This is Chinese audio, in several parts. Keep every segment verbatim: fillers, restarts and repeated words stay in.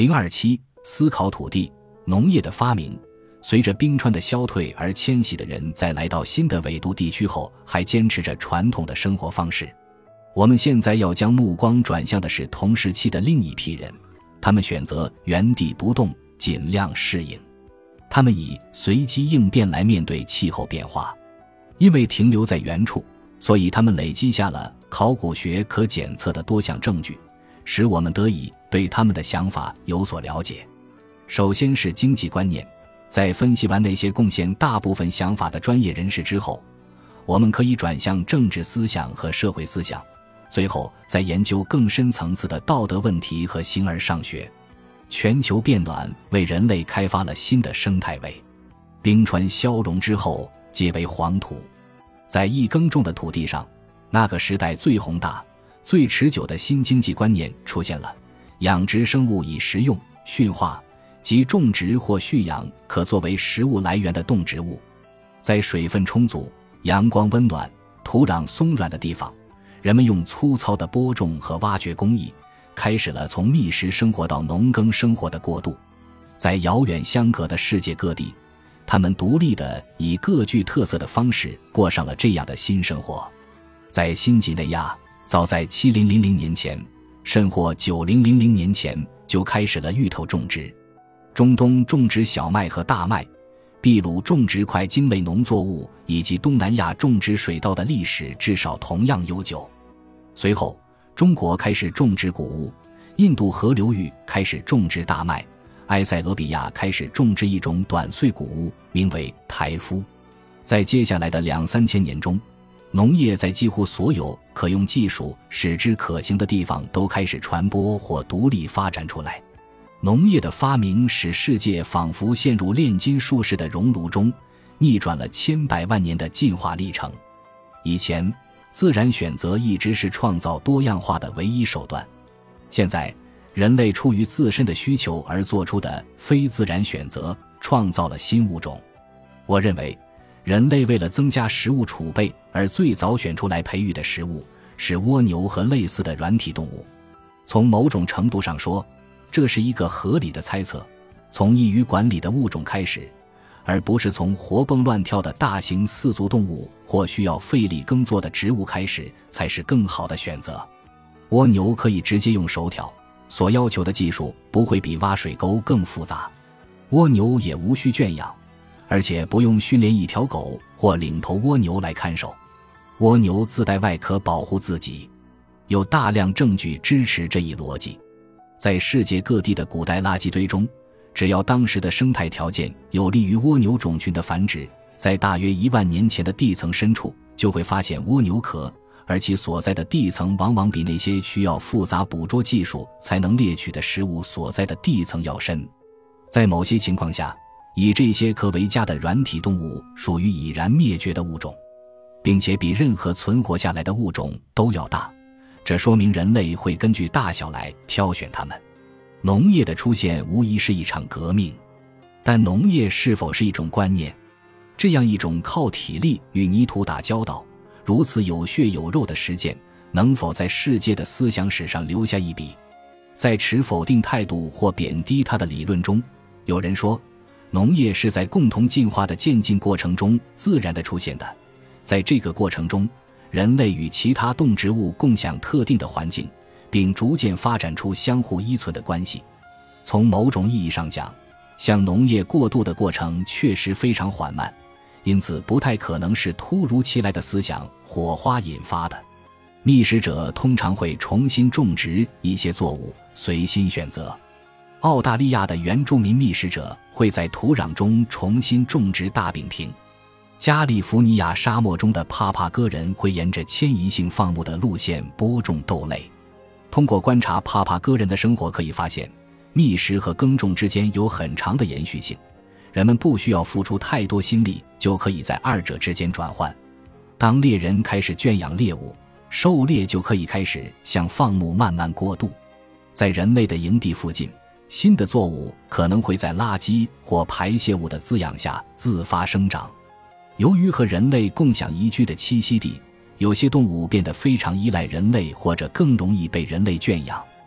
零二七思考土地。农业的发明，随着冰川的消退而迁徙的人在来到新的纬度地区后，还坚持着传统的生活方式。我们现在要将目光转向的是同时期的另一批人，他们选择原地不动，尽量适应。他们以随机应变来面对气候变化。因为停留在原处，所以他们累积下了考古学可检测的多项证据，使我们得以对他们的想法有所了解。首先是经济观念，在分析完那些贡献大部分想法的专业人士之后，我们可以转向政治思想和社会思想，最后再研究更深层次的道德问题和形而上学。全球变暖为人类开发了新的生态位，冰川消融之后皆为黄土。在易耕种的土地上，那个时代最宏大、最持久的新经济观念出现了：养殖生物以食用、驯化及种植或蓄养可作为食物来源的动植物。在水分充足、阳光温暖、土壤松软的地方，人们用粗糙的播种和挖掘工艺，开始了从觅食生活到农耕生活的过渡。在遥远相隔的世界各地，他们独立地以各具特色的方式过上了这样的新生活。在新几内亚，早在七千年前，甚或九千年前就开始了芋头种植。中东种植小麦和大麦，秘鲁种植块茎类农作物，以及东南亚种植水稻的历史至少同样悠久。随后，中国开始种植谷物，印度河流域开始种植大麦，埃塞俄比亚开始种植一种短穗谷物，名为台夫。在接下来的两三千年中，农业在几乎所有可用技术使之可行的地方都开始传播或独立发展出来。农业的发明使世界仿佛陷入炼金术士的熔炉中，逆转了千百万年的进化历程。以前，自然选择一直是创造多样化的唯一手段。现在，人类出于自身的需求而做出的非自然选择，创造了新物种。我认为，人类为了增加食物储备而最早选出来培育的食物，是蜗牛和类似的软体动物。从某种程度上说，这是一个合理的猜测，从易于管理的物种开始，而不是从活蹦乱跳的大型四足动物或需要费力耕作的植物开始，才是更好的选择。蜗牛可以直接用手挑，所要求的技术不会比挖水沟更复杂。蜗牛也无需圈养，而且不用训练一条狗或领头蜗牛来看守。蜗牛自带外壳保护自己，有大量证据支持这一逻辑。在世界各地的古代垃圾堆中，只要当时的生态条件有利于蜗牛种群的繁殖，在大约一万年前的地层深处就会发现蜗牛壳，而其所在的地层往往比那些需要复杂捕捉技术才能猎取的食物所在的地层要深。在某些情况下，以这些壳为家的软体动物属于已然灭绝的物种，并且比任何存活下来的物种都要大。这说明人类会根据大小来挑选它们。农业的出现无疑是一场革命，但农业是否是一种观念？这样一种靠体力与泥土打交道，如此有血有肉的实践，能否在世界的思想史上留下一笔？在持否定态度或贬低它的理论中，有人说，农业是在共同进化的渐进过程中自然地出现的，在这个过程中，人类与其他动植物共享特定的环境，并逐渐发展出相互依存的关系。从某种意义上讲，向农业过渡的过程确实非常缓慢，因此不太可能是突如其来的思想火花引发的。觅食者通常会重新种植一些作物，随心选择。澳大利亚的原住民觅食者会在土壤中重新种植大饼坪。加利福尼亚沙漠中的帕帕戈人会沿着迁移性放牧的路线播种豆类。通过观察帕帕戈人的生活可以发现，觅食和耕种之间有很长的延续性，人们不需要付出太多心力就可以在二者之间转换。当猎人开始圈养猎物，狩猎就可以开始向放牧慢慢过渡。在人类的营地附近，新的作物可能会在垃圾或排泄物的滋养下自发生长。由于和人类共享宜居的栖息地，有些动物变得非常依赖人类，或者更容易被人类圈养。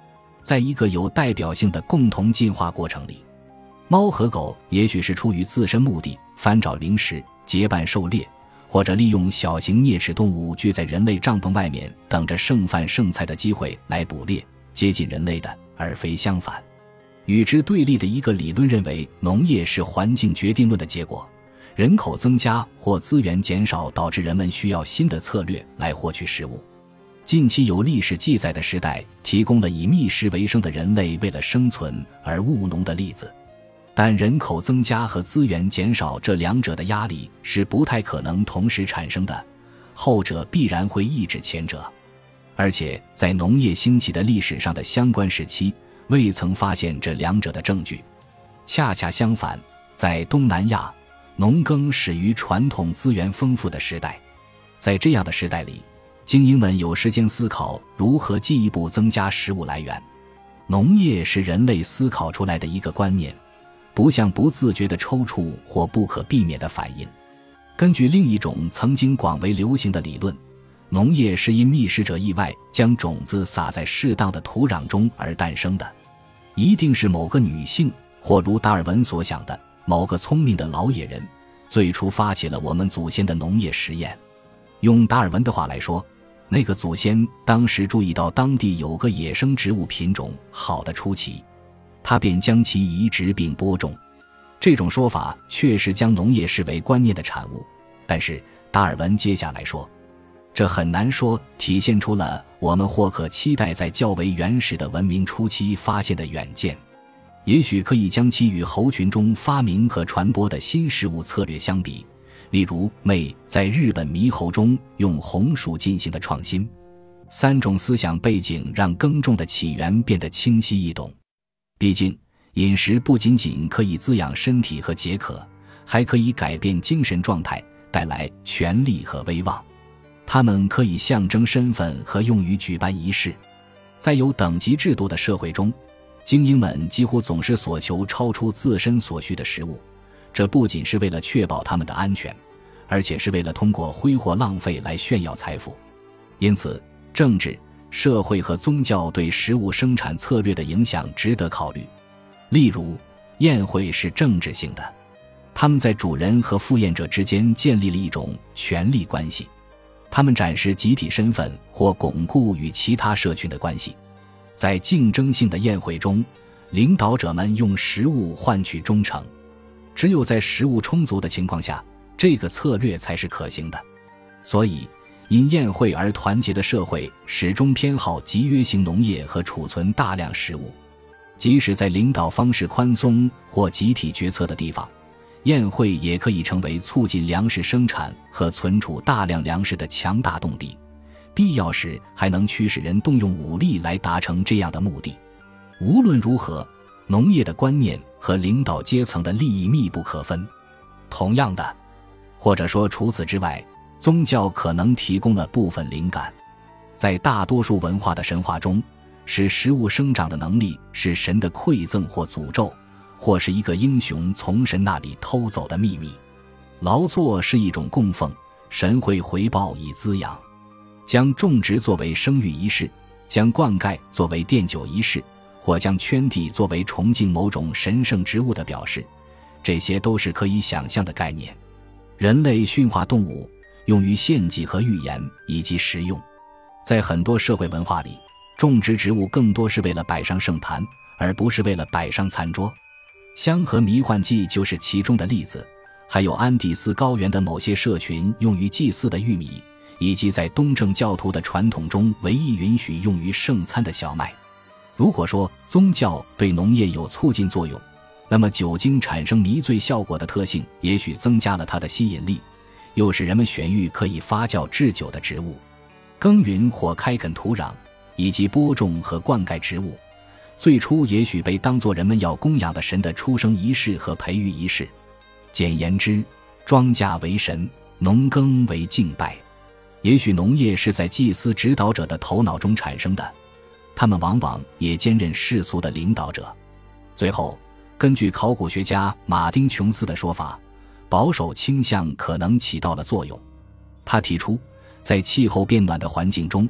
在一个有代表性的共同进化过程里。猫和狗也许是出于自身目的，翻找零食，结伴狩猎，或者利用小型啮齿动物聚在人类帐篷外面等着剩饭剩菜的机会来捕猎，接近人类的，而非相反。与之对立的一个理论认为，农业是环境决定论的结果，人口增加或资源减少导致人们需要新的策略来获取食物。近期有历史记载的时代提供了以觅食为生的人类为了生存而务农的例子，但人口增加和资源减少这两者的压力是不太可能同时产生的，后者必然会抑制前者。而且在农业兴起的历史上的相关时期，未曾发现这两者的证据。恰恰相反，在东南亚，农耕始于传统资源丰富的时代。在这样的时代里，精英们有时间思考如何进一步增加食物来源。农业是人类思考出来的一个观念，不像不自觉的抽搐或不可避免的反应。根据另一种曾经广为流行的理论，农业是因觅食者意外将种子撒在适当的土壤中而诞生的。一定是某个女性，或如达尔文所想的某个聪明的老野人，最初发起了我们祖先的农业实验。用达尔文的话来说，那个祖先当时注意到当地有个野生植物品种好得出奇，他便将其移植并播种。这种说法确实将农业视为观念的产物，但是达尔文接下来说，这很难说体现出了我们或可期待在较为原始的文明初期发现的远见，也许可以将其与猴群中发明和传播的新事物策略相比，例如妹在日本猕猴中用红薯进行的创新。三种思想背景让耕种的起源变得清晰易懂。毕竟饮食不仅仅可以滋养身体和解渴，还可以改变精神状态，带来权力和威望。它们可以象征身份和用于举办仪式。在有等级制度的社会中，精英们几乎总是所求超出自身所需的食物，这不仅是为了确保他们的安全，而且是为了通过挥霍浪费来炫耀财富。因此，政治、社会和宗教对食物生产策略的影响值得考虑。例如，宴会是政治性的，他们在主人和赴宴者之间建立了一种权力关系，他们展示集体身份或巩固与其他社群的关系。在竞争性的宴会中，领导者们用食物换取忠诚，只有在食物充足的情况下，这个策略才是可行的。所以因宴会而团结的社会始终偏好集约型农业和储存大量食物。即使在领导方式宽松或集体决策的地方，宴会也可以成为促进粮食生产和存储大量粮食的强大动力，必要时还能驱使人动用武力来达成这样的目的。无论如何，农业的观念和领导阶层的利益密不可分。同样的，或者说除此之外，宗教可能提供了部分灵感。在大多数文化的神话中，使食物生长的能力是神的馈赠或诅咒，或是一个英雄从神那里偷走的秘密。劳作是一种供奉，神会回报以滋养。将种植作为生育仪式，将灌溉作为奠酒仪式，或将圈地作为崇敬某种神圣植物的表示，这些都是可以想象的概念。人类驯化动物，用于献祭和预言以及食用。在很多社会文化里，种植植物更多是为了摆上圣坛，而不是为了摆上餐桌。香和迷幻剂就是其中的例子，还有安第斯高原的某些社群用于祭祀的玉米，以及在东正教徒的传统中唯一允许用于圣餐的小麦。如果说宗教对农业有促进作用，那么酒精产生迷醉效果的特性也许增加了它的吸引力，又使人们选育可以发酵制酒的植物。耕耘或开垦土壤，以及播种和灌溉植物，最初也许被当作人们要供养的神的出生仪式和培育仪式。简言之，庄稼为神，农耕为敬拜。也许农业是在祭司指导者的头脑中产生的，他们往往也兼任世俗的领导者。最后，根据考古学家马丁·琼斯的说法，保守倾向可能起到了作用。他提出，在气候变暖的环境中，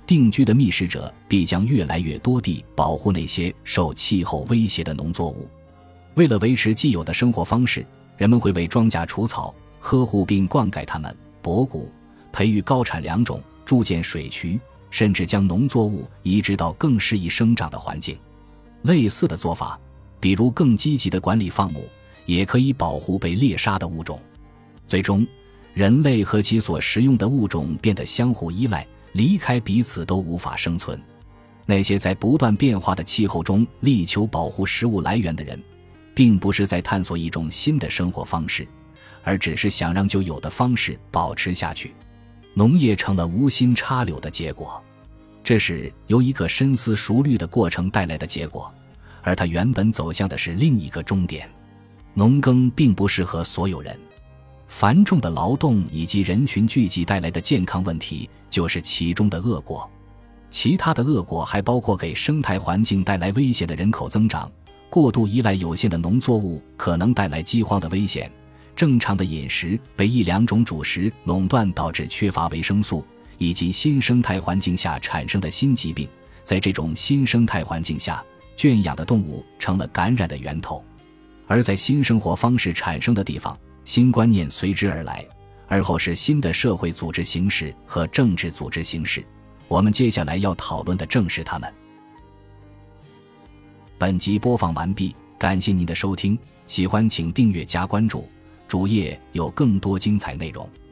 定居的觅食者必将越来越多地保护那些受气候威胁的农作物。为了维持既有的生活方式，人们会为庄稼除草，呵护并灌溉它们，博谷，培育高产粮种，筑建水渠，甚至将农作物移植到更适宜生长的环境。类似的做法，比如更积极地管理放牧，也可以保护被猎杀的物种。最终，人类和其所食用的物种变得相互依赖，离开彼此都无法生存。那些在不断变化的气候中力求保护食物来源的人，并不是在探索一种新的生活方式，而只是想让旧有的方式保持下去。农业成了无心插柳的结果，这是由一个深思熟虑的过程带来的结果，而它原本走向的是另一个终点。农耕并不适合所有人，繁重的劳动以及人群聚集带来的健康问题就是其中的恶果。其他的恶果还包括给生态环境带来威胁的人口增长，过度依赖有限的农作物可能带来饥荒的危险，正常的饮食被一两种主食垄断导致缺乏维生素，以及新生态环境下产生的新疾病。在这种新生态环境下，圈养的动物成了感染的源头，而在新生活方式产生的地方，新观念随之而来，而后是新的社会组织形式和政治组织形式。我们接下来要讨论的正是它们。本集播放完毕，感谢您的收听，喜欢请订阅加关注，主页有更多精彩内容。